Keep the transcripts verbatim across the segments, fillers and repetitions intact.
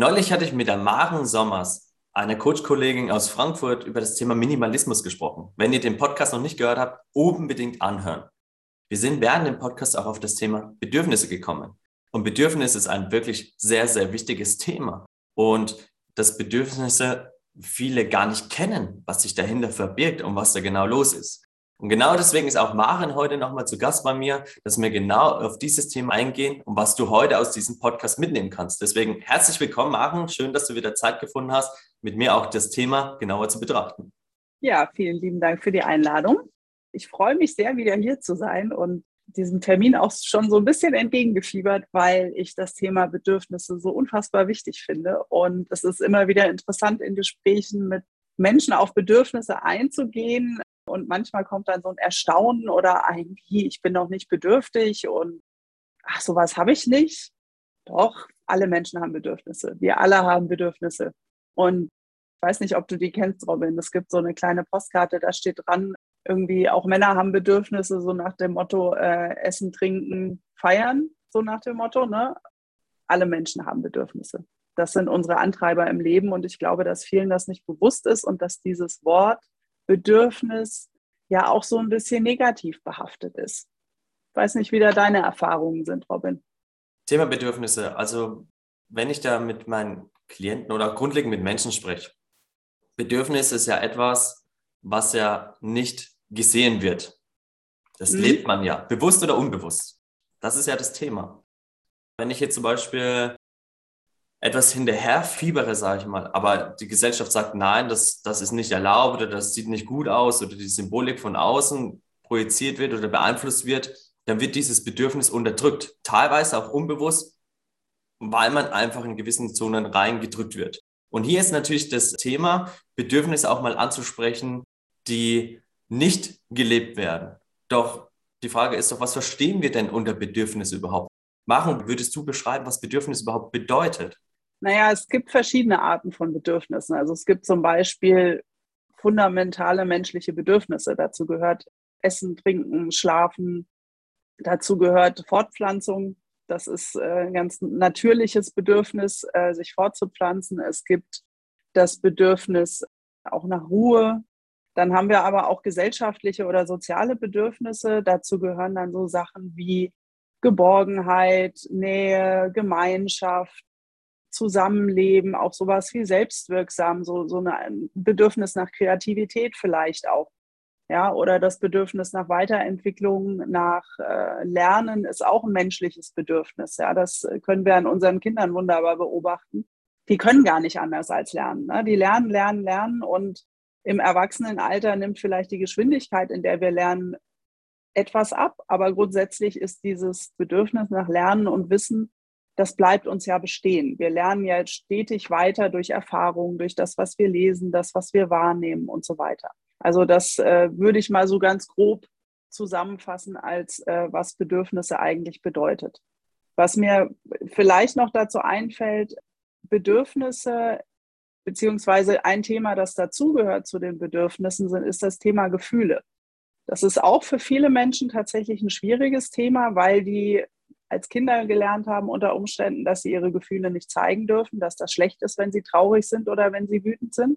Neulich hatte ich mit der Maren Sommers, einer Coach-Kollegin aus Frankfurt, über das Thema Minimalismus gesprochen. Wenn ihr den Podcast noch nicht gehört habt, unbedingt anhören. Wir sind während dem Podcast auch auf das Thema Bedürfnisse gekommen. Und Bedürfnis ist ein wirklich sehr, sehr wichtiges Thema. Und dass Bedürfnisse viele gar nicht kennen, was sich dahinter verbirgt und was da genau los ist. Und genau deswegen ist auch Maren heute nochmal zu Gast bei mir, dass wir genau auf dieses Thema eingehen und was du heute aus diesem Podcast mitnehmen kannst. Deswegen herzlich willkommen, Maren. Schön, dass du wieder Zeit gefunden hast, mit mir auch das Thema genauer zu betrachten. Ja, vielen lieben Dank für die Einladung. Ich freue mich sehr, wieder hier zu sein und diesem Termin auch schon so ein bisschen entgegengefiebert, weil ich das Thema Bedürfnisse so unfassbar wichtig finde. Und es ist immer wieder interessant, in Gesprächen mit Menschen auf Bedürfnisse einzugehen. Und manchmal kommt dann so ein Erstaunen oder irgendwie, ich bin noch nicht bedürftig und ach, sowas habe ich nicht. Doch, alle Menschen haben Bedürfnisse. Wir alle haben Bedürfnisse. Und ich weiß nicht, ob du die kennst, Robin. Es gibt so eine kleine Postkarte, da steht dran, irgendwie auch Männer haben Bedürfnisse, so nach dem Motto äh, Essen, Trinken, Feiern, so nach dem Motto, ne? Alle Menschen haben Bedürfnisse. Das sind unsere Antreiber im Leben und ich glaube, dass vielen das nicht bewusst ist und dass dieses Wort Bedürfnis ja auch so ein bisschen negativ behaftet ist. Ich weiß nicht, wie da deine Erfahrungen sind, Robin. Thema Bedürfnisse. Also wenn ich da mit meinen Klienten oder grundlegend mit Menschen spreche, Bedürfnis ist ja etwas, was ja nicht gesehen wird. Das mhm. lebt man ja, bewusst oder unbewusst. Das ist ja das Thema. Wenn ich jetzt zum Beispiel etwas hinterher fiebere, sage ich mal, aber die Gesellschaft sagt, nein, das, das ist nicht erlaubt oder das sieht nicht gut aus oder die Symbolik von außen projiziert wird oder beeinflusst wird, dann wird dieses Bedürfnis unterdrückt. Teilweise auch unbewusst, weil man einfach in gewissen Zonen reingedrückt wird. Und hier ist natürlich das Thema, Bedürfnisse auch mal anzusprechen, die nicht gelebt werden. Doch die Frage ist doch, was verstehen wir denn unter Bedürfnisse überhaupt? Maren, würdest du beschreiben, was Bedürfnis überhaupt bedeutet? Naja, es gibt verschiedene Arten von Bedürfnissen. Also es gibt zum Beispiel fundamentale menschliche Bedürfnisse. Dazu gehört Essen, Trinken, Schlafen. Dazu gehört Fortpflanzung. Das ist ein ganz natürliches Bedürfnis, sich fortzupflanzen. Es gibt das Bedürfnis auch nach Ruhe. Dann haben wir aber auch gesellschaftliche oder soziale Bedürfnisse. Dazu gehören dann so Sachen wie Geborgenheit, Nähe, Gemeinschaft, Zusammenleben, auch sowas wie selbstwirksam, so, so ein Bedürfnis nach Kreativität vielleicht auch. Ja, oder das Bedürfnis nach Weiterentwicklung, nach äh, Lernen ist auch ein menschliches Bedürfnis. Ja, das können wir an unseren Kindern wunderbar beobachten. Die können gar nicht anders als lernen. Ne? Die lernen, lernen, lernen und im Erwachsenenalter nimmt vielleicht die Geschwindigkeit, in der wir lernen, etwas ab. Aber grundsätzlich ist dieses Bedürfnis nach Lernen und Wissen, das bleibt uns ja bestehen. Wir lernen ja stetig weiter durch Erfahrung, durch das, was wir lesen, das, was wir wahrnehmen und so weiter. Also das äh, würde ich mal so ganz grob zusammenfassen, als äh, was Bedürfnisse eigentlich bedeutet. Was mir vielleicht noch dazu einfällt, Bedürfnisse, beziehungsweise ein Thema, das dazugehört zu den Bedürfnissen, sind, ist das Thema Gefühle. Das ist auch für viele Menschen tatsächlich ein schwieriges Thema, weil die als Kinder gelernt haben unter Umständen, dass sie ihre Gefühle nicht zeigen dürfen, dass das schlecht ist, wenn sie traurig sind oder wenn sie wütend sind.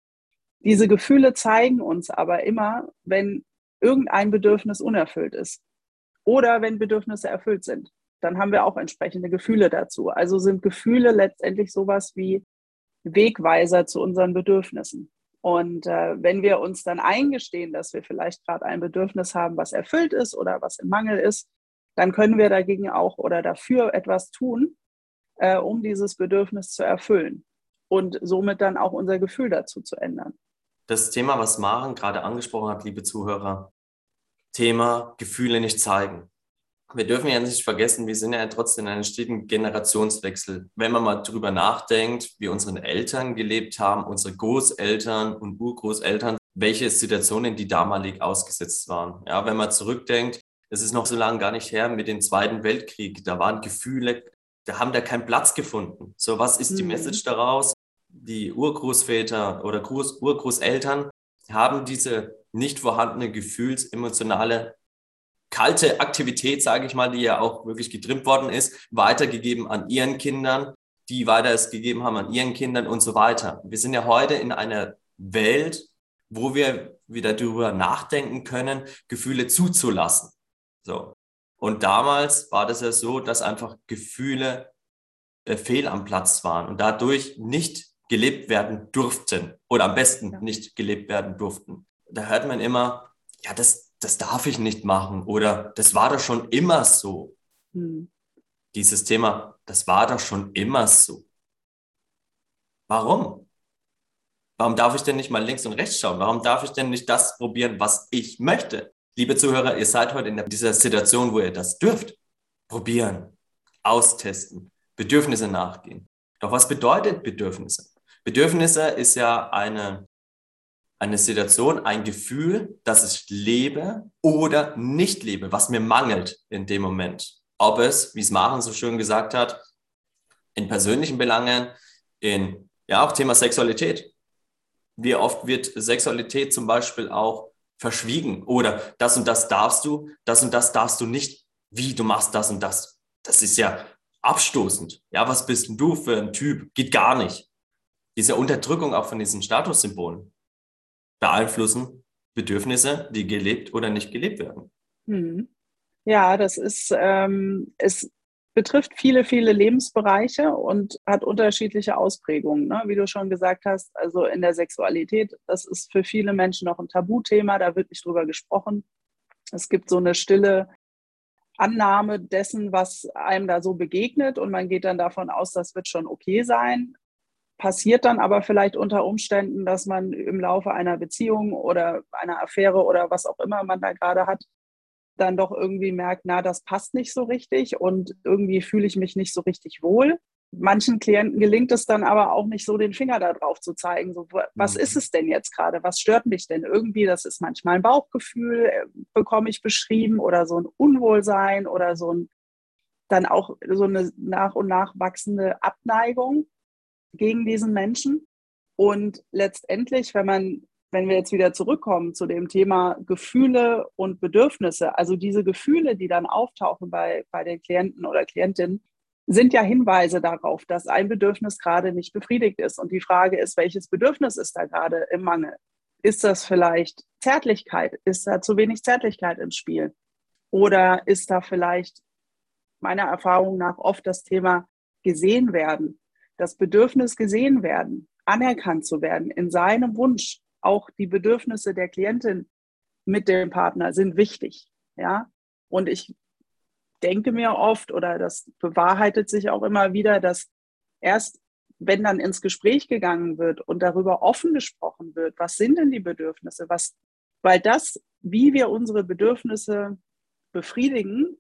Diese Gefühle zeigen uns aber immer, wenn irgendein Bedürfnis unerfüllt ist oder wenn Bedürfnisse erfüllt sind. Dann haben wir auch entsprechende Gefühle dazu. Also sind Gefühle letztendlich sowas wie Wegweiser zu unseren Bedürfnissen. Und äh, wenn wir uns dann eingestehen, dass wir vielleicht gerade ein Bedürfnis haben, was erfüllt ist oder was im Mangel ist, dann können wir dagegen auch oder dafür etwas tun, äh, um dieses Bedürfnis zu erfüllen und somit dann auch unser Gefühl dazu zu ändern. Das Thema, was Maren gerade angesprochen hat, liebe Zuhörer, Thema Gefühle nicht zeigen. Wir dürfen ja nicht vergessen, wir sind ja trotzdem in einem stetigen Generationswechsel. Wenn man mal drüber nachdenkt, wie unsere Eltern gelebt haben, unsere Großeltern und Urgroßeltern, welche Situationen die damalig ausgesetzt waren. Ja, wenn man zurückdenkt, es ist noch so lange gar nicht her mit dem Zweiten Weltkrieg, da waren Gefühle, da haben da keinen Platz gefunden. So, was ist die Mhm. Message daraus? Die Urgroßväter oder Groß- Urgroßeltern haben diese nicht vorhandene gefühlsemotionale kalte Aktivität, sage ich mal, die ja auch wirklich getrimmt worden ist, weitergegeben an ihren Kindern. die weiter es gegeben haben an ihren Kindern und so weiter. Wir sind ja heute in einer Welt, wo wir wieder darüber nachdenken können, Gefühle zuzulassen. So. Und damals war das ja so, dass einfach Gefühle äh, fehl am Platz waren und dadurch nicht gelebt werden durften oder am besten ja. nicht gelebt werden durften. Da hört man immer, ja, das, das darf ich nicht machen oder das war doch schon immer so. Hm. Dieses Thema, das war doch schon immer so. Warum? Warum darf ich denn nicht mal links und rechts schauen? Warum darf ich denn nicht das probieren, was ich möchte? Liebe Zuhörer, ihr seid heute in dieser Situation, wo ihr das dürft. Probieren, austesten, Bedürfnisse nachgehen. Doch was bedeutet Bedürfnisse? Bedürfnisse ist ja eine, eine Situation, ein Gefühl, dass ich lebe oder nicht lebe, was mir mangelt in dem Moment. Ob es, wie es Maren so schön gesagt hat, in persönlichen Belangen, in, ja, auch Thema Sexualität. Wie oft wird Sexualität zum Beispiel auch verschwiegen oder das und das darfst du, das und das darfst du nicht. Wie, du machst das und das? Das ist ja abstoßend. Ja, was bist denn du für ein Typ? Geht gar nicht. Diese Unterdrückung auch von diesen Statussymbolen beeinflussen Bedürfnisse, die gelebt oder nicht gelebt werden. Hm. Ja, das ist, ähm, es betrifft viele, viele Lebensbereiche und hat unterschiedliche Ausprägungen, ne? Wie du schon gesagt hast, also in der Sexualität, das ist für viele Menschen noch ein Tabuthema, da wird nicht drüber gesprochen. Es gibt so eine stille Annahme dessen, was einem da so begegnet und man geht dann davon aus, das wird schon okay sein. Passiert dann aber vielleicht unter Umständen, dass man im Laufe einer Beziehung oder einer Affäre oder was auch immer man da gerade hat, dann doch irgendwie merkt, na, das passt nicht so richtig und irgendwie fühle ich mich nicht so richtig wohl. Manchen Klienten gelingt es dann aber auch nicht so, den Finger da drauf zu zeigen. So, was ist es denn jetzt gerade? Was stört mich denn irgendwie? Das ist manchmal ein Bauchgefühl, bekomme ich beschrieben oder so ein Unwohlsein oder so ein, dann auch so eine nach und nach wachsende Abneigung gegen diesen Menschen. Und letztendlich, wenn man Wenn wir jetzt wieder zurückkommen zu dem Thema Gefühle und Bedürfnisse, also diese Gefühle, die dann auftauchen bei, bei den Klienten oder Klientinnen, sind ja Hinweise darauf, dass ein Bedürfnis gerade nicht befriedigt ist. Und die Frage ist, welches Bedürfnis ist da gerade im Mangel? Ist das vielleicht Zärtlichkeit? Ist da zu wenig Zärtlichkeit im Spiel? Oder ist da vielleicht meiner Erfahrung nach oft das Thema gesehen werden, das Bedürfnis gesehen werden, anerkannt zu werden in seinem Wunsch? Auch die Bedürfnisse der Klientin mit dem Partner sind wichtig. Ja? Und ich denke mir oft, oder das bewahrheitet sich auch immer wieder, dass erst, wenn dann ins Gespräch gegangen wird und darüber offen gesprochen wird, was sind denn die Bedürfnisse, was, weil das, wie wir unsere Bedürfnisse befriedigen,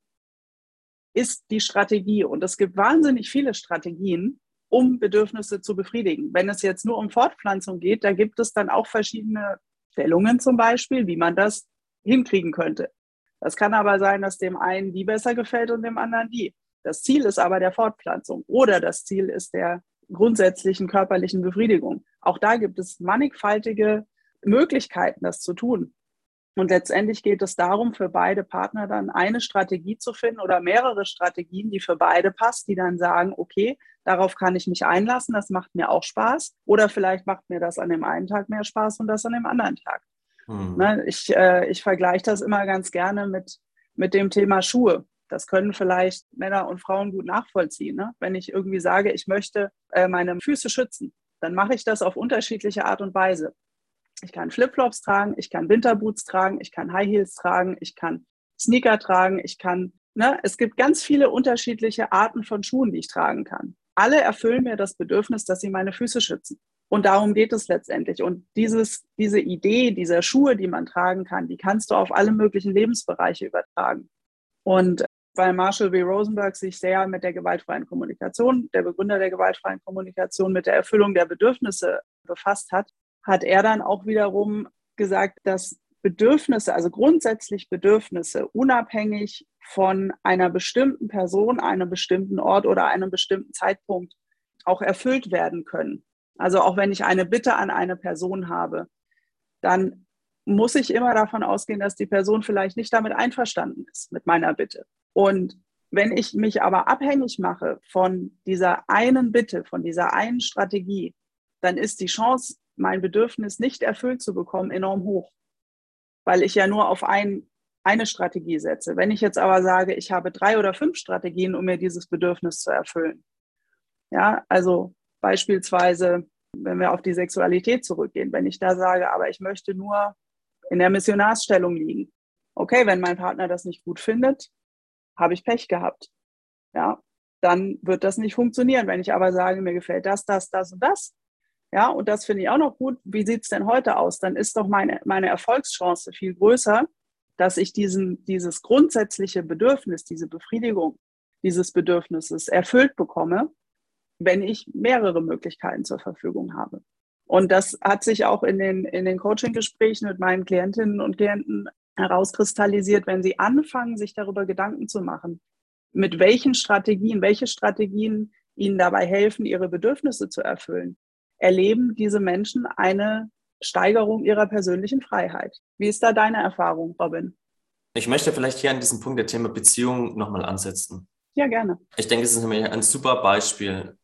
ist die Strategie. Und es gibt wahnsinnig viele Strategien, um Bedürfnisse zu befriedigen. Wenn es jetzt nur um Fortpflanzung geht, da gibt es dann auch verschiedene Stellungen zum Beispiel, wie man das hinkriegen könnte. Das kann aber sein, dass dem einen die besser gefällt und dem anderen die. Das Ziel ist aber der Fortpflanzung oder das Ziel ist der grundsätzlichen körperlichen Befriedigung. Auch da gibt es mannigfaltige Möglichkeiten, das zu tun. Und letztendlich geht es darum, für beide Partner dann eine Strategie zu finden oder mehrere Strategien, die für beide passt, die dann sagen, okay, darauf kann ich mich einlassen, das macht mir auch Spaß. Oder vielleicht macht mir das an dem einen Tag mehr Spaß und das an dem anderen Tag. Hm. Ne, ich äh, ich vergleiche das immer ganz gerne mit, mit dem Thema Schuhe. Das können vielleicht Männer und Frauen gut nachvollziehen. Ne? Wenn ich irgendwie sage, ich möchte äh, meine Füße schützen, dann mache ich das auf unterschiedliche Art und Weise. Ich kann Flipflops tragen, ich kann Winterboots tragen, ich kann High Heels tragen, ich kann Sneaker tragen, ich kann, ne, es gibt ganz viele unterschiedliche Arten von Schuhen, die ich tragen kann. Alle erfüllen mir das Bedürfnis, dass sie meine Füße schützen. Und darum geht es letztendlich. Und dieses, diese Idee dieser Schuhe, die man tragen kann, die kannst du auf alle möglichen Lebensbereiche übertragen. Und weil Marshall W. Rosenberg sich sehr mit der gewaltfreien Kommunikation, der Begründer der gewaltfreien Kommunikation, mit der Erfüllung der Bedürfnisse befasst hat, hat er dann auch wiederum gesagt, dass Bedürfnisse, also grundsätzlich Bedürfnisse, unabhängig von einer bestimmten Person, einem bestimmten Ort oder einem bestimmten Zeitpunkt auch erfüllt werden können. Also auch wenn ich eine Bitte an eine Person habe, dann muss ich immer davon ausgehen, dass die Person vielleicht nicht damit einverstanden ist, mit meiner Bitte. Und Wenn ich mich aber abhängig mache von dieser einen Bitte, von dieser einen Strategie, dann ist die Chance, mein Bedürfnis nicht erfüllt zu bekommen, enorm hoch, weil ich ja nur auf ein, eine Strategie setze. Wenn ich jetzt aber sage, ich habe drei oder fünf Strategien, um mir dieses Bedürfnis zu erfüllen, ja, also beispielsweise, wenn wir auf die Sexualität zurückgehen, wenn ich da sage, aber ich möchte nur in der Missionarsstellung liegen. Okay, wenn mein Partner das nicht gut findet, habe ich Pech gehabt. Ja, dann wird das nicht funktionieren. Wenn ich aber sage, mir gefällt das, das, das und das, ja, und das finde ich auch noch gut, wie sieht es denn heute aus? Dann ist doch meine, meine Erfolgschance viel größer, dass ich diesen, dieses grundsätzliche Bedürfnis, diese Befriedigung dieses Bedürfnisses erfüllt bekomme, wenn ich mehrere Möglichkeiten zur Verfügung habe. Und das hat sich auch in den, in den Coaching-Gesprächen mit meinen Klientinnen und Klienten herauskristallisiert, wenn sie anfangen, sich darüber Gedanken zu machen, mit welchen Strategien, welche Strategien ihnen dabei helfen, ihre Bedürfnisse zu erfüllen, erleben diese Menschen eine Steigerung ihrer persönlichen Freiheit. Wie ist da deine Erfahrung, Robin? Ich möchte vielleicht hier an diesem Punkt der Thema Beziehung nochmal ansetzen. Ja, gerne. Ich denke, es ist nämlich ein super Beispiel.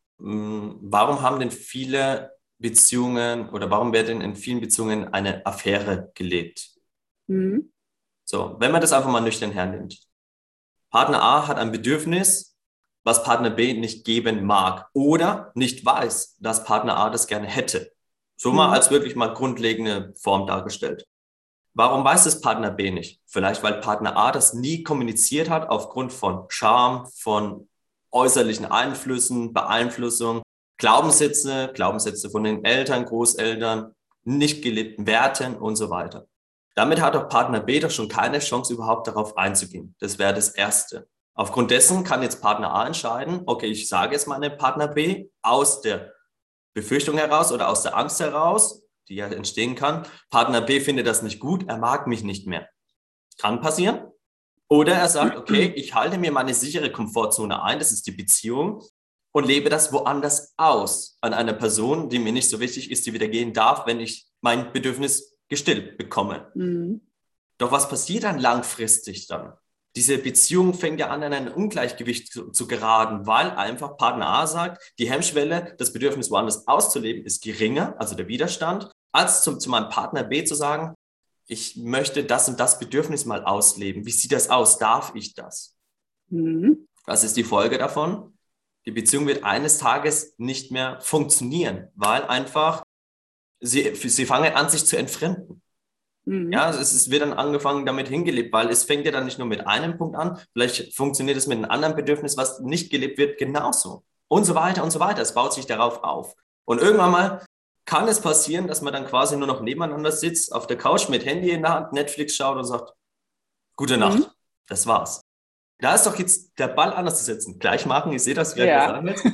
Warum haben denn viele Beziehungen oder warum wird denn in vielen Beziehungen eine Affäre gelebt? Mhm. So, wenn man das einfach mal nüchtern hernimmt. Partner A hat ein Bedürfnis, was Partner B nicht geben mag oder nicht weiß, dass Partner A das gerne hätte. So mal Mhm. als wirklich mal grundlegende Form dargestellt. Warum weiß es Partner B nicht? Vielleicht, weil Partner A das nie kommuniziert hat aufgrund von Scham, von äußerlichen Einflüssen, Beeinflussung, Glaubenssätze, Glaubenssätze von den Eltern, Großeltern, nicht gelebten Werten und so weiter. Damit hat auch Partner B doch schon keine Chance, überhaupt darauf einzugehen. Das wäre das Erste. Aufgrund dessen kann jetzt Partner A entscheiden, okay, ich sage jetzt meinem Partner B aus der Befürchtung heraus oder aus der Angst heraus, die ja entstehen kann, Partner B findet das nicht gut, er mag mich nicht mehr. Kann passieren. Oder er sagt, okay, ich halte mir meine sichere Komfortzone ein, das ist die Beziehung, und lebe das woanders aus, an einer Person, die mir nicht so wichtig ist, die wieder gehen darf, wenn ich mein Bedürfnis gestillt bekomme. Mhm. Doch was passiert dann langfristig dann? Diese Beziehung fängt ja an, in ein Ungleichgewicht zu, zu geraten, weil einfach Partner A sagt, die Hemmschwelle, das Bedürfnis woanders auszuleben, ist geringer, also der Widerstand, als zum, zu meinem Partner B zu sagen, ich möchte das und das Bedürfnis mal ausleben. Wie sieht das aus? Darf ich das? Mhm. Was ist die Folge davon? Die Beziehung wird eines Tages nicht mehr funktionieren, weil einfach sie, sie fangen an, sich zu entfremden. Mhm. Ja, es ist, wird dann angefangen damit hingelebt, weil es fängt ja dann nicht nur mit einem Punkt an, vielleicht funktioniert es mit einem anderen Bedürfnis, was nicht gelebt wird, genauso. Und so weiter und so weiter. Es baut sich darauf auf. Und irgendwann mal kann es passieren, dass man dann quasi nur noch nebeneinander sitzt, auf der Couch mit Handy in der Hand, Netflix schaut und sagt, gute Nacht, Mhm. das war's. Da ist doch jetzt der Ball anders zu setzen. Gleich machen, ich sehe das, wie Ja. sagen willst.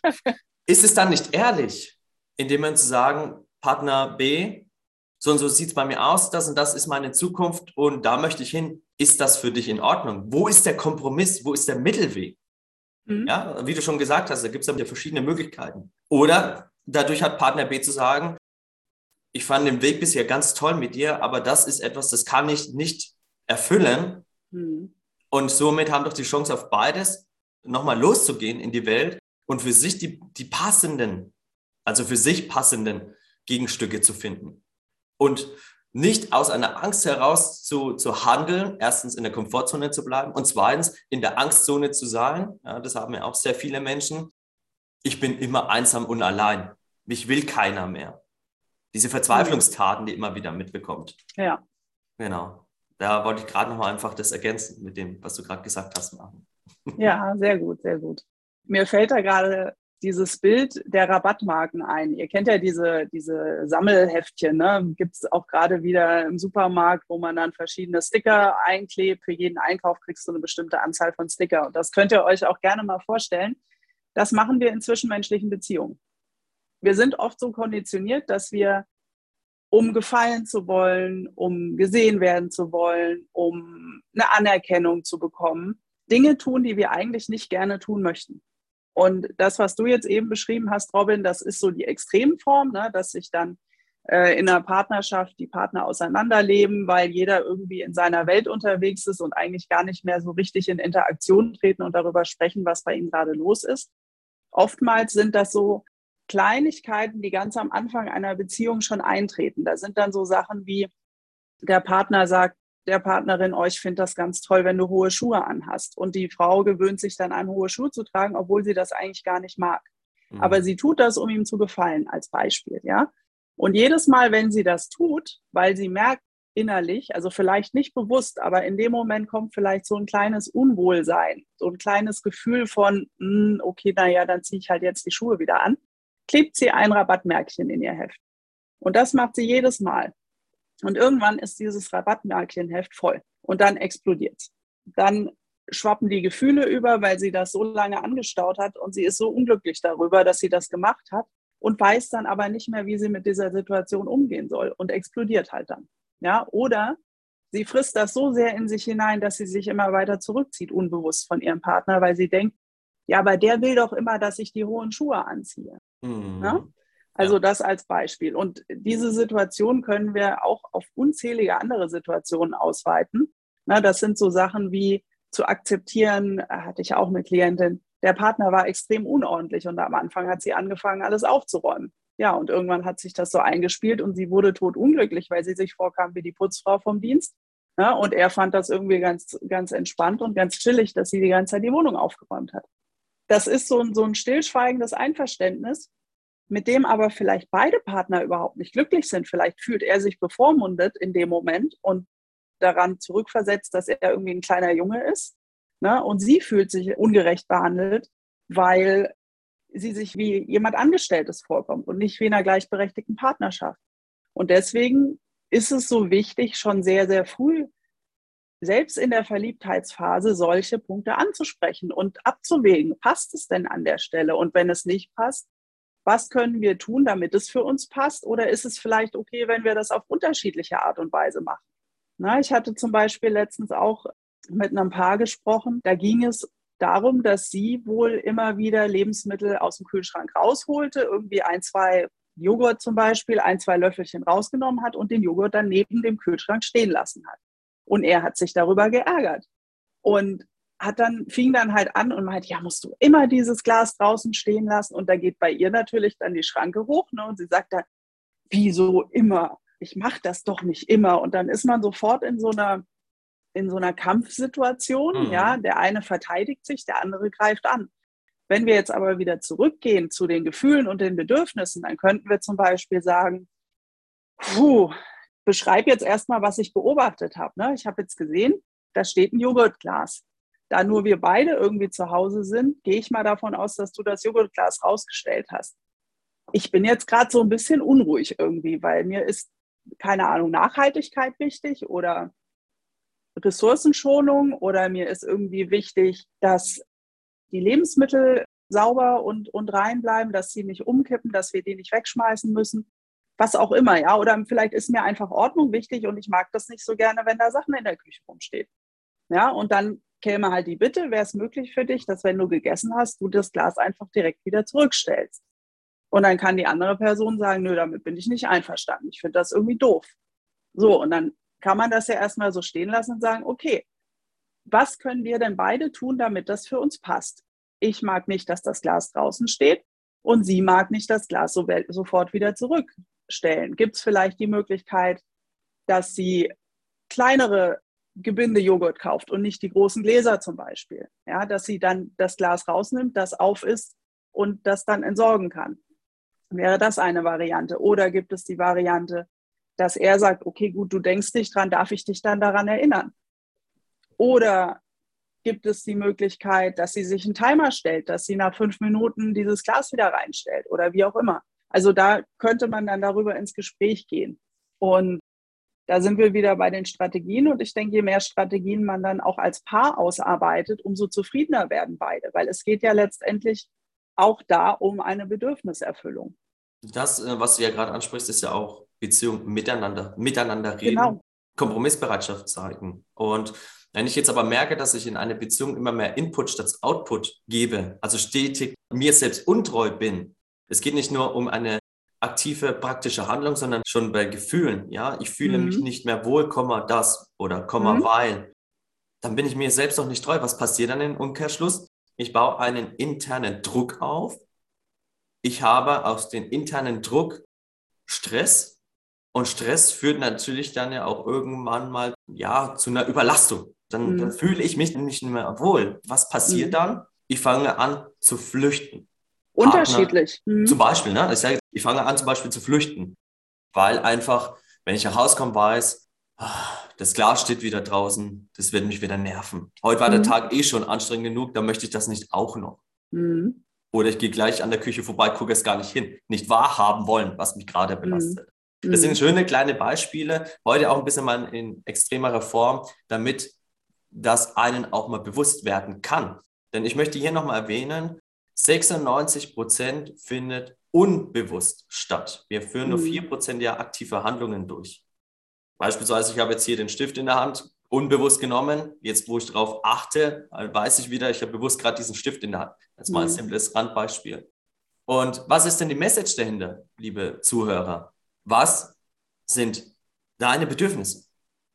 Ist es dann nicht ehrlich, indem man zu sagen, Partner B, so und so sieht es bei mir aus, das und das ist meine Zukunft und da möchte ich hin. Ist das für dich in Ordnung? Wo ist der Kompromiss? Wo ist der Mittelweg? Mhm. Ja, wie du schon gesagt hast, da gibt es ja verschiedene Möglichkeiten. Oder dadurch hat Partner B zu sagen, ich fand den Weg bisher ganz toll mit dir, aber das ist etwas, das kann ich nicht erfüllen. Mhm. Und somit haben doch die Chance auf beides, nochmal loszugehen in die Welt und für sich die, die passenden, also für sich passenden Gegenstücke zu finden. Und nicht aus einer Angst heraus zu, zu handeln, erstens in der Komfortzone zu bleiben und zweitens in der Angstzone zu sein. Ja, das haben ja auch sehr viele Menschen. Ich bin immer einsam und allein. Mich will keiner mehr. Diese Verzweiflungstaten, die immer wieder mitbekommt. Ja. Genau. Da wollte ich gerade nochmal einfach das ergänzen mit dem, was du gerade gesagt hast, machen. Ja, sehr gut, sehr gut. Mir fällt da gerade dieses Bild der Rabattmarken ein. Ihr kennt ja diese, diese Sammelheftchen, ne? Gibt es auch gerade wieder im Supermarkt, wo man dann verschiedene Sticker einklebt. Für jeden Einkauf kriegst du eine bestimmte Anzahl von Sticker. Und das könnt ihr euch auch gerne mal vorstellen. Das machen wir in zwischenmenschlichen Beziehungen. Wir sind oft so konditioniert, dass wir, um gefallen zu wollen, um gesehen werden zu wollen, um eine Anerkennung zu bekommen, Dinge tun, die wir eigentlich nicht gerne tun möchten. Und das, was du jetzt eben beschrieben hast, Robin, das ist so die Extremform, ne, dass ich dann äh, in einer Partnerschaft die Partner auseinanderleben, weil jeder irgendwie in seiner Welt unterwegs ist und eigentlich gar nicht mehr so richtig in Interaktion treten und darüber sprechen, was bei ihnen gerade los ist. Oftmals sind das so Kleinigkeiten, die ganz am Anfang einer Beziehung schon eintreten. Da sind dann so Sachen wie, der Partner sagt der Partnerin, oh, ich finde das ganz toll, wenn du hohe Schuhe anhast. Und die Frau gewöhnt sich dann an, hohe Schuhe zu tragen, obwohl sie das eigentlich gar nicht mag. Mhm. Aber sie tut das, um ihm zu gefallen, als Beispiel, ja. Und jedes Mal, wenn sie das tut, weil sie merkt innerlich, also vielleicht nicht bewusst, aber in dem Moment kommt vielleicht so ein kleines Unwohlsein, so ein kleines Gefühl von, mh, okay, naja, dann ziehe ich halt jetzt die Schuhe wieder an, klebt sie ein Rabattmärkchen in ihr Heft. Und das macht sie jedes Mal. Und irgendwann ist dieses Rabattmärkchenheft voll und dann explodiert es. Dann schwappen die Gefühle über, weil sie das so lange angestaut hat und sie ist so unglücklich darüber, dass sie das gemacht hat und weiß dann aber nicht mehr, wie sie mit dieser Situation umgehen soll und explodiert halt dann. Ja? Oder sie frisst das so sehr in sich hinein, dass sie sich immer weiter zurückzieht, unbewusst von ihrem Partner, weil sie denkt, ja, aber der will doch immer, dass ich die hohen Schuhe anziehe. Mhm. Ja? Also das als Beispiel. Und diese Situation können wir auch auf unzählige andere Situationen ausweiten. Na, das sind so Sachen wie zu akzeptieren, hatte ich auch eine Klientin, der Partner war extrem unordentlich und am Anfang hat sie angefangen, alles aufzuräumen. Ja, und irgendwann hat sich das so eingespielt und sie wurde totunglücklich, weil sie sich vorkam wie die Putzfrau vom Dienst. Ja, und er fand das irgendwie ganz, ganz entspannt und ganz chillig, dass sie die ganze Zeit die Wohnung aufgeräumt hat. Das ist so ein, so ein stillschweigendes Einverständnis, mit dem aber vielleicht beide Partner überhaupt nicht glücklich sind. Vielleicht fühlt er sich bevormundet in dem Moment und daran zurückversetzt, dass er irgendwie ein kleiner Junge ist. Ne? Und sie fühlt sich ungerecht behandelt, weil sie sich wie jemand Angestelltes vorkommt und nicht wie in einer gleichberechtigten Partnerschaft. Und deswegen ist es so wichtig, schon sehr, sehr früh, selbst in der Verliebtheitsphase, solche Punkte anzusprechen und abzuwägen, passt es denn an der Stelle? Und wenn es nicht passt, was können wir tun, damit es für uns passt? Oder ist es vielleicht okay, wenn wir das auf unterschiedliche Art und Weise machen? Na, ich hatte zum Beispiel letztens auch mit einem Paar gesprochen. Da ging es darum, dass sie wohl immer wieder Lebensmittel aus dem Kühlschrank rausholte, irgendwie ein, zwei Joghurt zum Beispiel, ein, zwei Löffelchen rausgenommen hat und den Joghurt dann neben dem Kühlschrank stehen lassen hat. Und er hat sich darüber geärgert. Und hat dann, fing dann halt an und meinte, ja, musst du immer dieses Glas draußen stehen lassen? Und da geht bei ihr natürlich dann die Schranke hoch, ne? Und sie sagt dann, wieso immer? Ich mache das doch nicht immer. Und dann ist man sofort in so einer, in so einer Kampfsituation. Mhm. Ja, der eine verteidigt sich, der andere greift an. Wenn wir jetzt aber wieder zurückgehen zu den Gefühlen und den Bedürfnissen, dann könnten wir zum Beispiel sagen, puh, beschreib jetzt erstmal, was ich beobachtet habe. Ne? Ich habe jetzt gesehen, da steht ein Joghurtglas. Da nur wir beide irgendwie zu Hause sind, gehe ich mal davon aus, dass du das Joghurtglas rausgestellt hast. Ich bin jetzt gerade so ein bisschen unruhig irgendwie, weil mir ist, keine Ahnung, Nachhaltigkeit wichtig oder Ressourcenschonung oder mir ist irgendwie wichtig, dass die Lebensmittel sauber und, und rein bleiben, dass sie nicht umkippen, dass wir die nicht wegschmeißen müssen, was auch immer, ja. Oder vielleicht ist mir einfach Ordnung wichtig und ich mag das nicht so gerne, wenn da Sachen in der Küche rumstehen. Ja, und dann käme halt die Bitte, wäre es möglich für dich, dass wenn du gegessen hast, du das Glas einfach direkt wieder zurückstellst. Und dann kann die andere Person sagen, nö, damit bin ich nicht einverstanden. Ich finde das irgendwie doof. So, und dann kann man das ja erstmal so stehen lassen und sagen, okay, was können wir denn beide tun, damit das für uns passt? Ich mag nicht, dass das Glas draußen steht und sie mag nicht das Glas so sofort wieder zurückstellen. Gibt es vielleicht die Möglichkeit, dass sie kleinere Gebinde-Joghurt kauft und nicht die großen Gläser zum Beispiel? Ja, dass sie dann das Glas rausnimmt, das auf ist und das dann entsorgen kann. Wäre das eine Variante? Oder gibt es die Variante, dass er sagt, okay, gut, du denkst nicht dran, darf ich dich dann daran erinnern? Oder gibt es die Möglichkeit, dass sie sich einen Timer stellt, dass sie nach fünf Minuten dieses Glas wieder reinstellt oder wie auch immer. Also da könnte man dann darüber ins Gespräch gehen. Und da sind wir wieder bei den Strategien. Und ich denke, je mehr Strategien man dann auch als Paar ausarbeitet, umso zufriedener werden beide. Weil es geht ja letztendlich auch da um eine Bedürfniserfüllung. Das, was du ja gerade ansprichst, ist ja auch Beziehung miteinander, miteinander reden, genau. Kompromissbereitschaft zeigen. Und wenn ich jetzt aber merke, dass ich in eine Beziehung immer mehr Input statt Output gebe, also stetig mir selbst untreu bin, es geht nicht nur um eine aktive, praktische Handlung, sondern schon bei Gefühlen. Ja, ich fühle mich Mhm. nicht mehr wohl, Komma, das oder Komma, Mhm. weil. Dann bin ich mir selbst noch nicht treu. Was passiert dann im Umkehrschluss? Ich baue einen internen Druck auf. Ich habe aus dem internen Druck Stress. Und Stress führt natürlich dann ja auch irgendwann mal ja, zu einer Überlastung. Dann, dann Mhm. fühle ich mich nicht mehr wohl. Was passiert Mhm. dann? Ich fange an zu flüchten. Partner Unterschiedlich. zum Mhm. Beispiel, ne? Ich sage, ich fange an zum Beispiel zu flüchten, weil einfach, wenn ich nach Hause komme, weiß, ah, das Glas steht wieder draußen, das wird mich wieder nerven. Heute war der Mhm. Tag eh schon anstrengend genug, dann möchte ich das nicht auch noch. Mhm. Oder ich gehe gleich an der Küche vorbei, gucke es gar nicht hin. Nicht wahrhaben wollen, was mich gerade Mhm. belastet. Das sind Mhm. schöne kleine Beispiele, heute auch ein bisschen mal in extremerer Form, damit das einen auch mal bewusst werden kann. Denn ich möchte hier nochmal erwähnen, sechsundneunzig Prozent findet unbewusst statt. Wir führen nur Mhm. vier Prozent ja aktive Handlungen durch. Beispielsweise, ich habe jetzt hier den Stift in der Hand, unbewusst genommen. Jetzt, wo ich darauf achte, weiß ich wieder, ich habe bewusst gerade diesen Stift in der Hand. Das ist mal ein Mhm. simples Randbeispiel. Und was ist denn die Message dahinter, liebe Zuhörer? Was sind deine Bedürfnisse?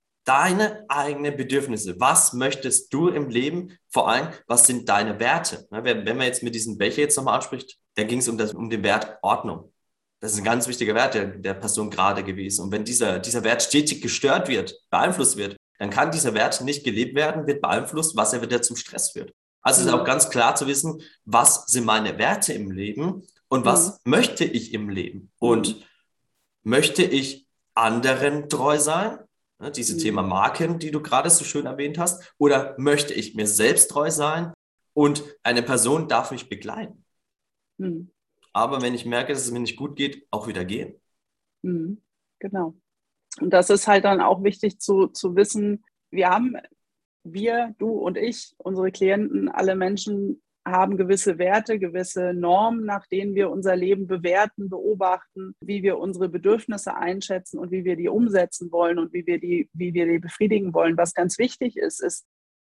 Deine eigenen Bedürfnisse. Was möchtest du im Leben? Vor allem, was sind deine Werte? Wenn man jetzt mit diesem Becher jetzt nochmal anspricht, da ging es um, das, um den Wert Ordnung. Das ist ein ganz wichtiger Wert der, der Person gerade gewesen. Und wenn dieser, dieser Wert stetig gestört wird, beeinflusst wird, dann kann dieser Wert nicht gelebt werden, wird beeinflusst, was er wieder zum Stress führt. Also ist auch Mhm. ganz klar zu wissen, was sind meine Werte im Leben und Mhm. was möchte ich im Leben? Mhm. Und möchte ich anderen treu sein? Ne, diese Thema Mhm. Marken, die du gerade so schön erwähnt hast. Oder möchte ich mir selbst treu sein? Und eine Person darf mich begleiten. Mhm. Aber wenn ich merke, dass es mir nicht gut geht, auch wieder gehen. Mhm. Genau. Und das ist halt dann auch wichtig zu, zu wissen, wir haben, wir, du und ich, unsere Klienten, alle Menschen haben gewisse Werte, gewisse Normen, nach denen wir unser Leben bewerten, beobachten, wie wir unsere Bedürfnisse einschätzen und wie wir die umsetzen wollen und wie wir die, wie wir die befriedigen wollen. Was ganz wichtig ist, ist,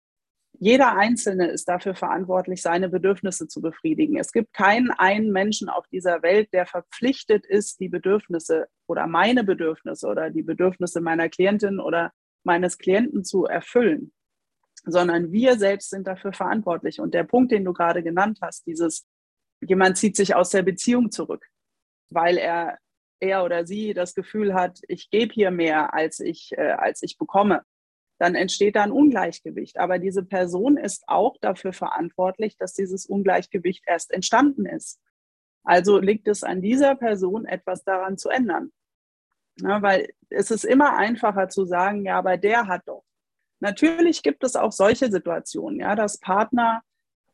jeder Einzelne ist dafür verantwortlich, seine Bedürfnisse zu befriedigen. Es gibt keinen einen Menschen auf dieser Welt, der verpflichtet ist, die Bedürfnisse oder meine Bedürfnisse oder die Bedürfnisse meiner Klientin oder meines Klienten zu erfüllen, sondern wir selbst sind dafür verantwortlich. Und der Punkt, den du gerade genannt hast, dieses, jemand zieht sich aus der Beziehung zurück, weil er, er oder sie das Gefühl hat, ich gebe hier mehr, als ich, äh, als ich bekomme, dann entsteht da ein Ungleichgewicht. Aber diese Person ist auch dafür verantwortlich, dass dieses Ungleichgewicht erst entstanden ist. Also liegt es an dieser Person, etwas daran zu ändern. Ja, weil es ist immer einfacher zu sagen, ja, aber der hat doch. Natürlich gibt es auch solche Situationen, ja, dass Partner,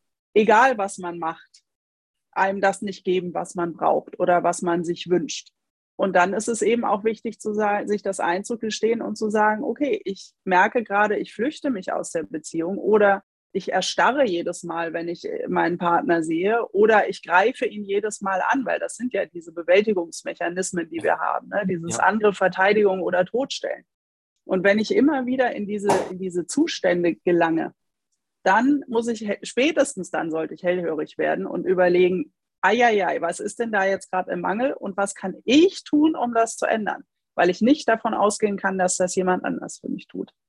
egal was man macht, einem das nicht geben, was man braucht oder was man sich wünscht. Und dann ist es eben auch wichtig, zu sagen, sich das einzugestehen und zu sagen, okay, ich merke gerade, ich flüchte mich aus der Beziehung oder ich erstarre jedes Mal, wenn ich meinen Partner sehe oder ich greife ihn jedes Mal an, weil das sind ja diese Bewältigungsmechanismen, die wir haben, ne? Dieses Ja, andere Verteidigung oder Todstellen. Und wenn ich immer wieder in diese, in diese Zustände gelange, dann muss ich, spätestens dann sollte ich hellhörig werden und überlegen, eieiei, was ist denn da jetzt gerade im Mangel und was kann ich tun, um das zu ändern? Weil ich nicht davon ausgehen kann, dass das jemand anders für mich tut.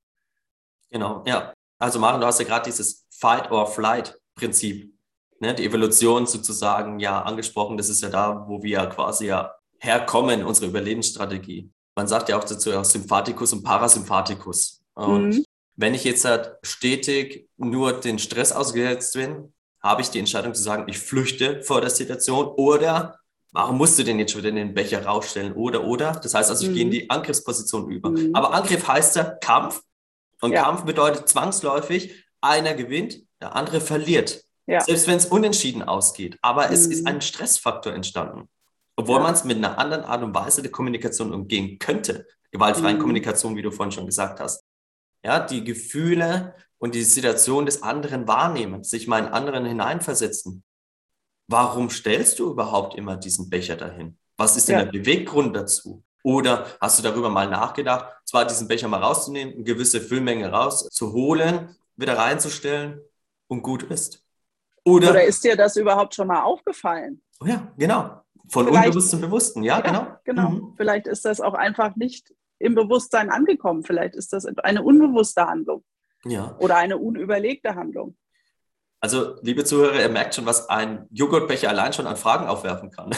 genau. Ja. Also Maren, du hast ja gerade dieses Fight-or-Flight-Prinzip, ne, die Evolution sozusagen ja angesprochen. Das ist ja da, wo wir quasi ja herkommen, unsere Überlebensstrategie. Man sagt ja auch dazu auch Sympathikus und Parasympathikus. Und Mhm. wenn ich jetzt halt stetig nur den Stress ausgesetzt bin, habe ich die Entscheidung zu sagen, ich flüchte vor der Situation oder warum musst du denn jetzt schon wieder den Becher rausstellen oder oder? Das heißt also, ich gehe in Mhm. die Angriffsposition über. Mhm. Aber Angriff heißt ja Kampf und Ja, Kampf bedeutet zwangsläufig, einer gewinnt, der andere verliert. ja, Selbst wenn es unentschieden ausgeht. Aber es ist mhm. ein Stressfaktor entstanden. Obwohl Ja, man es mit einer anderen Art und Weise der Kommunikation umgehen könnte. Gewaltfreien mhm. Kommunikation, wie du vorhin schon gesagt hast. Ja, die Gefühle und die Situation des anderen wahrnehmen, sich mal in anderen hineinversetzen. Warum stellst du überhaupt immer diesen Becher dahin? Was ist denn der Ja, Beweggrund dazu? Oder hast du darüber mal nachgedacht, zwar diesen Becher mal rauszunehmen, eine gewisse Füllmenge rauszuholen, wieder reinzustellen und gut ist? oder Oder, ist dir das überhaupt schon mal aufgefallen? oh ja, genau. Von Vielleicht, unbewusst zum Bewussten, ja, ja, genau. genau. Mhm. Vielleicht ist das auch einfach nicht im Bewusstsein angekommen. Vielleicht ist das eine unbewusste Handlung Ja. oder eine unüberlegte Handlung. Also, liebe Zuhörer, ihr merkt schon, was ein Joghurtbecher allein schon an Fragen aufwerfen kann.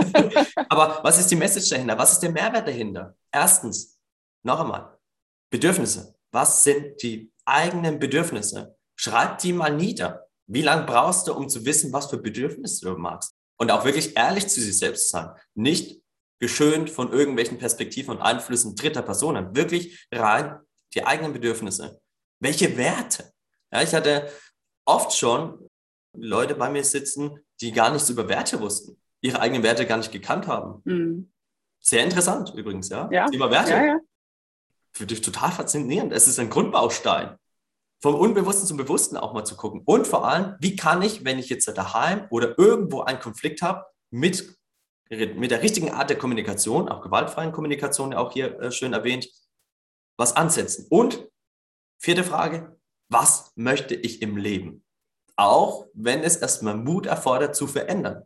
Aber was ist die Message dahinter? Was ist der Mehrwert dahinter? Erstens, noch einmal, Bedürfnisse. Was sind die eigenen Bedürfnisse? Schreib die mal nieder. Wie lange brauchst du, um zu wissen, was für Bedürfnisse du magst? Und auch wirklich ehrlich zu sich selbst sein. Nicht geschönt von irgendwelchen Perspektiven und Einflüssen dritter Personen. Wirklich rein die eigenen Bedürfnisse. Welche Werte? Ja, ich hatte oft schon Leute bei mir sitzen, die gar nichts über Werte wussten, ihre eigenen Werte gar nicht gekannt haben. Mhm. Sehr interessant übrigens, ja. Ja, Thema ja, Werte. ja. Für dich total faszinierend. Es ist ein Grundbaustein. Vom Unbewussten zum Bewussten auch mal zu gucken. Und vor allem, wie kann ich, wenn ich jetzt daheim oder irgendwo einen Konflikt habe, mit, mit der richtigen Art der Kommunikation, auch gewaltfreien Kommunikation, auch hier äh, schön erwähnt, was ansetzen. Und vierte Frage, was möchte ich im Leben? Auch wenn es erstmal Mut erfordert, zu verändern.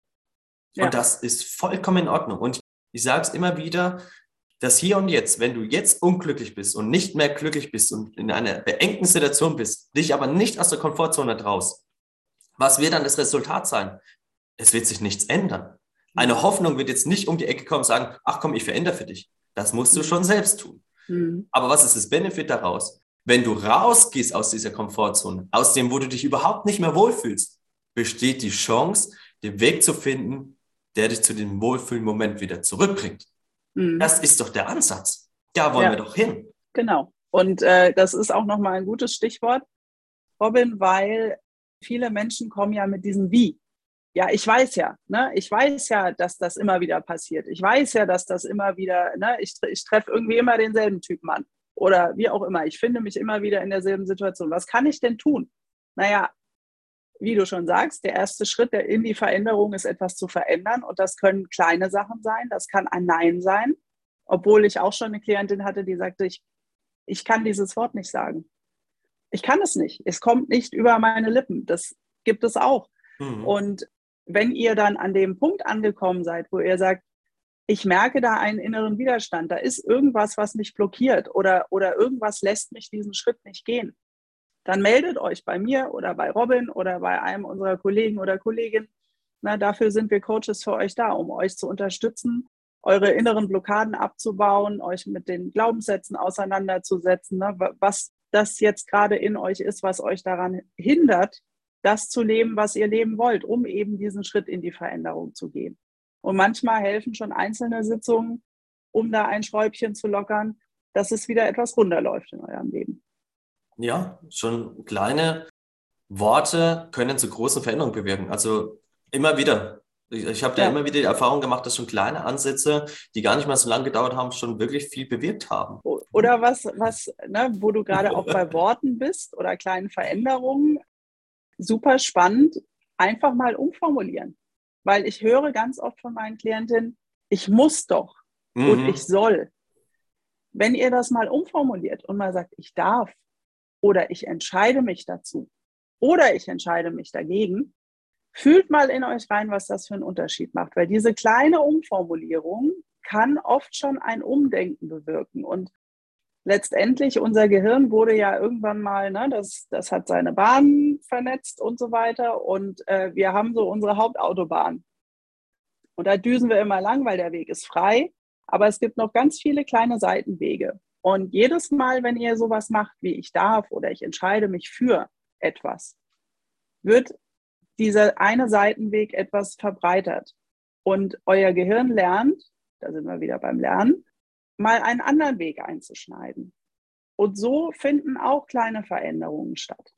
Ja. Und das ist vollkommen in Ordnung. Und ich sage es immer wieder, das Hier und Jetzt, wenn du jetzt unglücklich bist und nicht mehr glücklich bist und in einer beengten Situation bist, dich aber nicht aus der Komfortzone traust, was wird dann das Resultat sein? Es wird sich nichts ändern. Eine Hoffnung wird jetzt nicht um die Ecke kommen und sagen, ach komm, ich verändere für dich. Das musst du schon selbst tun. Mhm. Aber was ist das Benefit daraus? Wenn du rausgehst aus dieser Komfortzone, aus dem, wo du dich überhaupt nicht mehr wohlfühlst, besteht die Chance, den Weg zu finden, der dich zu dem Wohlfühlmoment wieder zurückbringt. Mhm. Das ist doch der Ansatz. Da wollen Ja. wir doch hin. Genau. Und äh, das ist auch nochmal ein gutes Stichwort, Robin, weil viele Menschen kommen ja mit diesem Wie. Ja, ich weiß ja, ne? Ich weiß ja, dass das immer wieder passiert. Ich weiß ja, dass das immer wieder, ne? Ich, ich treffe irgendwie immer denselben Typen an. Oder wie auch immer. Ich finde mich immer wieder in derselben Situation. Was kann ich denn tun? Naja, wie du schon sagst, der erste Schritt in die Veränderung ist, etwas zu verändern. Und das können kleine Sachen sein. Das kann ein Nein sein. Obwohl ich auch schon eine Klientin hatte, die sagte, ich, ich kann dieses Wort nicht sagen. Ich kann es nicht. Es kommt nicht über meine Lippen. Das gibt es auch. Mhm. Und wenn ihr dann an dem Punkt angekommen seid, wo ihr sagt, ich merke da einen inneren Widerstand, da ist irgendwas, was mich blockiert oder, oder irgendwas lässt mich diesen Schritt nicht gehen, dann meldet euch bei mir oder bei Robin oder bei einem unserer Kollegen oder Kolleginnen. Na, dafür sind wir Coaches für euch da, um euch zu unterstützen, eure inneren Blockaden abzubauen, euch mit den Glaubenssätzen auseinanderzusetzen, ne, was das jetzt gerade in euch ist, was euch daran hindert, das zu leben, was ihr leben wollt, um eben diesen Schritt in die Veränderung zu gehen. Und manchmal helfen schon einzelne Sitzungen, um da ein Schräubchen zu lockern, dass es wieder etwas runterläuft in eurem Leben. Ja, schon kleine Worte können zu großen Veränderungen bewirken. Also immer wieder. Ich, ich habe da Ja. immer wieder die Erfahrung gemacht, dass schon kleine Ansätze, die gar nicht mal so lange gedauert haben, schon wirklich viel bewirkt haben. Oder was, was ne, wo du gerade auch bei Worten bist oder kleinen Veränderungen, super spannend, einfach mal umformulieren. Weil ich höre ganz oft von meinen Klientinnen, ich muss doch Mhm. und ich soll. Wenn ihr das mal umformuliert und mal sagt, ich darf oder ich entscheide mich dazu oder ich entscheide mich dagegen, fühlt mal in euch rein, was das für einen Unterschied macht. Weil diese kleine Umformulierung kann oft schon ein Umdenken bewirken. Und letztendlich, unser Gehirn wurde ja irgendwann mal, ne, das, das hat seine Bahnen vernetzt und so weiter. Und äh, wir haben so unsere Hauptautobahn. Und da düsen wir immer lang, weil der Weg ist frei. Aber es gibt noch ganz viele kleine Seitenwege. Und jedes Mal, wenn ihr sowas macht, wie ich darf oder ich entscheide mich für etwas, wird dieser eine Seitenweg etwas verbreitert. Und euer Gehirn lernt, da sind wir wieder beim Lernen, mal einen anderen Weg einzuschneiden. Und so finden auch kleine Veränderungen statt.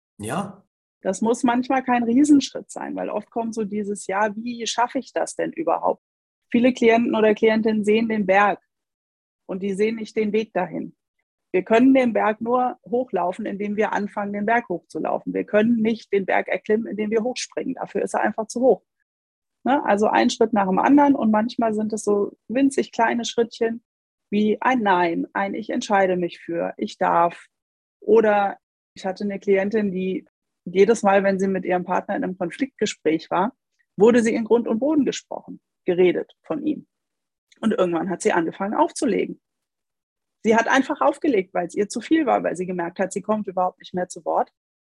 Ja. Das muss manchmal kein Riesenschritt sein, weil oft kommt so dieses, ja, wie schaffe ich das denn überhaupt? Viele Klienten oder Klientinnen sehen den Berg und die sehen nicht den Weg dahin. Wir können den Berg nur hochlaufen, indem wir anfangen, den Berg hochzulaufen. Wir können nicht den Berg erklimmen, indem wir hochspringen. Dafür ist er einfach zu hoch. Ne? Also ein Schritt nach dem anderen und manchmal sind es so winzig kleine Schrittchen wie ein Nein, ein Ich entscheide mich für, ich darf. Oder ich hatte eine Klientin, die jedes Mal, wenn sie mit ihrem Partner in einem Konfliktgespräch war, wurde sie in Grund und Boden gesprochen. geredet von ihm. Und irgendwann hat sie angefangen aufzulegen. Sie hat einfach aufgelegt, weil es ihr zu viel war, weil sie gemerkt hat, sie kommt überhaupt nicht mehr zu Wort.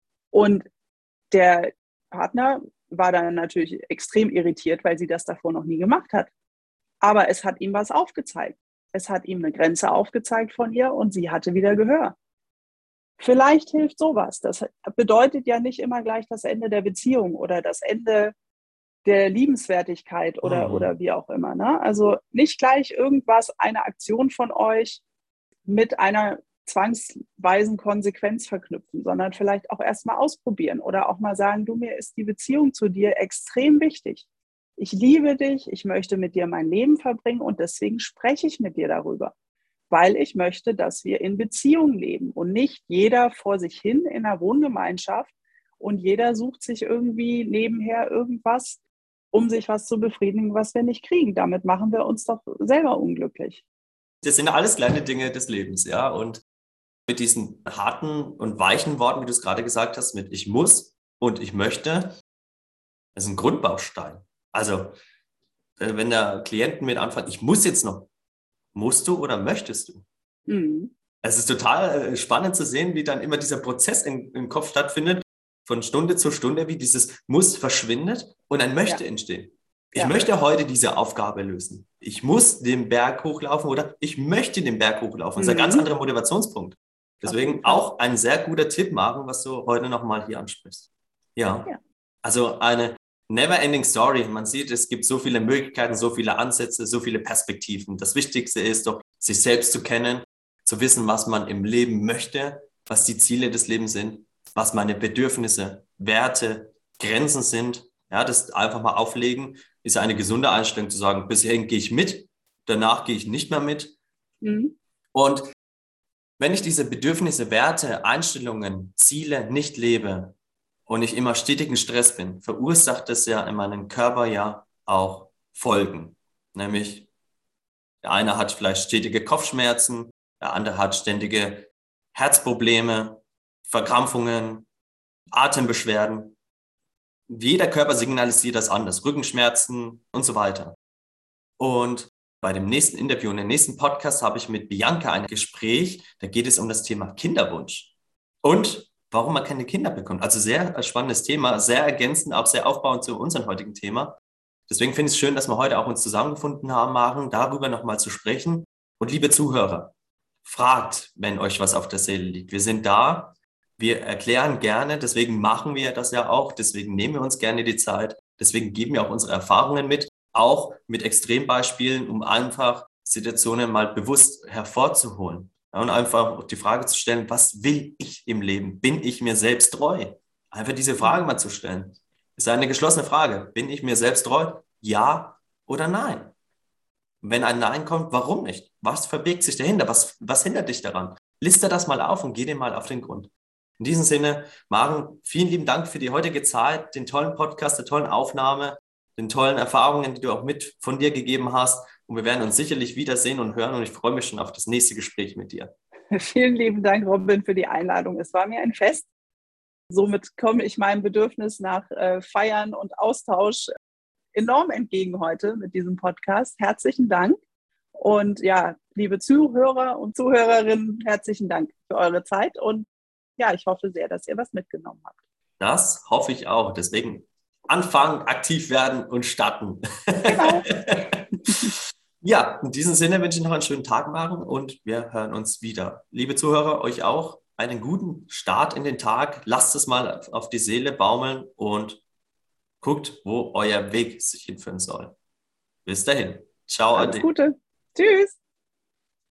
Und der Partner war dann natürlich extrem irritiert, weil sie das davor noch nie gemacht hat. Aber es hat ihm was aufgezeigt. Es hat ihm eine Grenze aufgezeigt von ihr und sie hatte wieder Gehör. Vielleicht hilft sowas. Das bedeutet ja nicht immer gleich das Ende der Beziehung oder das Ende der Liebenswertigkeit oder, Mhm. oder wie auch immer. Ne? Also nicht gleich irgendwas, eine Aktion von euch mit einer zwangsweisen Konsequenz verknüpfen, sondern vielleicht auch erstmal ausprobieren oder auch mal sagen, du, mir ist die Beziehung zu dir extrem wichtig. Ich liebe dich, ich möchte mit dir mein Leben verbringen und deswegen spreche ich mit dir darüber, weil ich möchte, dass wir in Beziehung leben und nicht jeder vor sich hin in einer Wohngemeinschaft und jeder sucht sich irgendwie nebenher irgendwas, um sich was zu befriedigen, was wir nicht kriegen. Damit machen wir uns doch selber unglücklich. Das sind alles kleine Dinge des Lebens, ja. Und mit diesen harten und weichen Worten, wie du es gerade gesagt hast, mit ich muss und ich möchte, das ist ein Grundbaustein. Also, wenn der Klienten mit anfängt, ich muss jetzt noch, musst du oder möchtest du? Mhm. Es ist total spannend zu sehen, wie dann immer dieser Prozess im, im Kopf stattfindet, von Stunde zu Stunde, wie dieses Muss verschwindet und ein Möchte Ja. entsteht. Ich Ja. möchte heute diese Aufgabe lösen. Ich muss den Berg hochlaufen oder ich möchte den Berg hochlaufen. Das ist ein ganz Mhm. anderer Motivationspunkt. Auf jeden Deswegen Fall. auch ein sehr guter Tipp, Maren, was du heute nochmal hier ansprichst. Ja. Ja. Also eine never-ending Story. Man sieht, es gibt so viele Möglichkeiten, so viele Ansätze, so viele Perspektiven. Das Wichtigste ist doch, sich selbst zu kennen, zu wissen, was man im Leben möchte, was die Ziele des Lebens sind, was meine Bedürfnisse, Werte, Grenzen sind. Ja, das einfach mal auflegen, ist eine gesunde Einstellung zu sagen, bis hierhin gehe ich mit, danach gehe ich nicht mehr mit. Mhm. Und wenn ich diese Bedürfnisse, Werte, Einstellungen, Ziele nicht lebe und ich immer stetigen Stress bin, verursacht das ja in meinem Körper ja auch Folgen. Nämlich der eine hat vielleicht stetige Kopfschmerzen, der andere hat ständige Herzprobleme, Verkrampfungen, Atembeschwerden. Jeder Körper signalisiert das anders, Rückenschmerzen und so weiter. Und bei dem nächsten Interview, in dem nächsten Podcast habe ich mit Bianca ein Gespräch, da geht es um das Thema Kinderwunsch und warum man keine Kinder bekommt. Also sehr spannendes Thema, sehr ergänzend, auch sehr aufbauend zu unserem heutigen Thema. Deswegen finde ich es schön, dass wir heute auch uns zusammengefunden haben, Maren, darüber nochmal zu sprechen. Und liebe Zuhörer, fragt, wenn euch was auf der Seele liegt. Wir sind da, wir erklären gerne, deswegen machen wir das ja auch, deswegen nehmen wir uns gerne die Zeit, deswegen geben wir auch unsere Erfahrungen mit, auch mit Extrembeispielen, um einfach Situationen mal bewusst hervorzuholen. Ja, und einfach die Frage zu stellen, was will ich im Leben? Bin ich mir selbst treu? Einfach diese Frage mal zu stellen. Ist eine geschlossene Frage. Bin ich mir selbst treu? Ja oder nein? Wenn ein Nein kommt, warum nicht? Was verbirgt sich dahinter? Was, was hindert dich daran? Liste das mal auf und geh dem mal auf den Grund. In diesem Sinne, Maren, vielen lieben Dank für die heutige Zeit, den tollen Podcast, der tollen Aufnahme, den tollen Erfahrungen, die du auch mit von dir gegeben hast. Und wir werden uns sicherlich wiedersehen und hören. Und ich freue mich schon auf das nächste Gespräch mit dir. Vielen lieben Dank, Robin, für die Einladung. Es war mir ein Fest. Somit komme ich meinem Bedürfnis nach äh, Feiern und Austausch enorm entgegen heute mit diesem Podcast. Herzlichen Dank. Und ja, liebe Zuhörer und Zuhörerinnen, herzlichen Dank für eure Zeit. Und ja, ich hoffe sehr, dass ihr was mitgenommen habt. Das hoffe ich auch. Deswegen anfangen, aktiv werden und starten. Genau. Ja, in diesem Sinne wünsche ich noch einen schönen Tag, Maren, und wir hören uns wieder. Liebe Zuhörer, euch auch einen guten Start in den Tag. Lasst es mal auf die Seele baumeln und guckt, wo euer Weg sich hinführen soll. Bis dahin. Ciao, Alles Ade. Gute. Tschüss.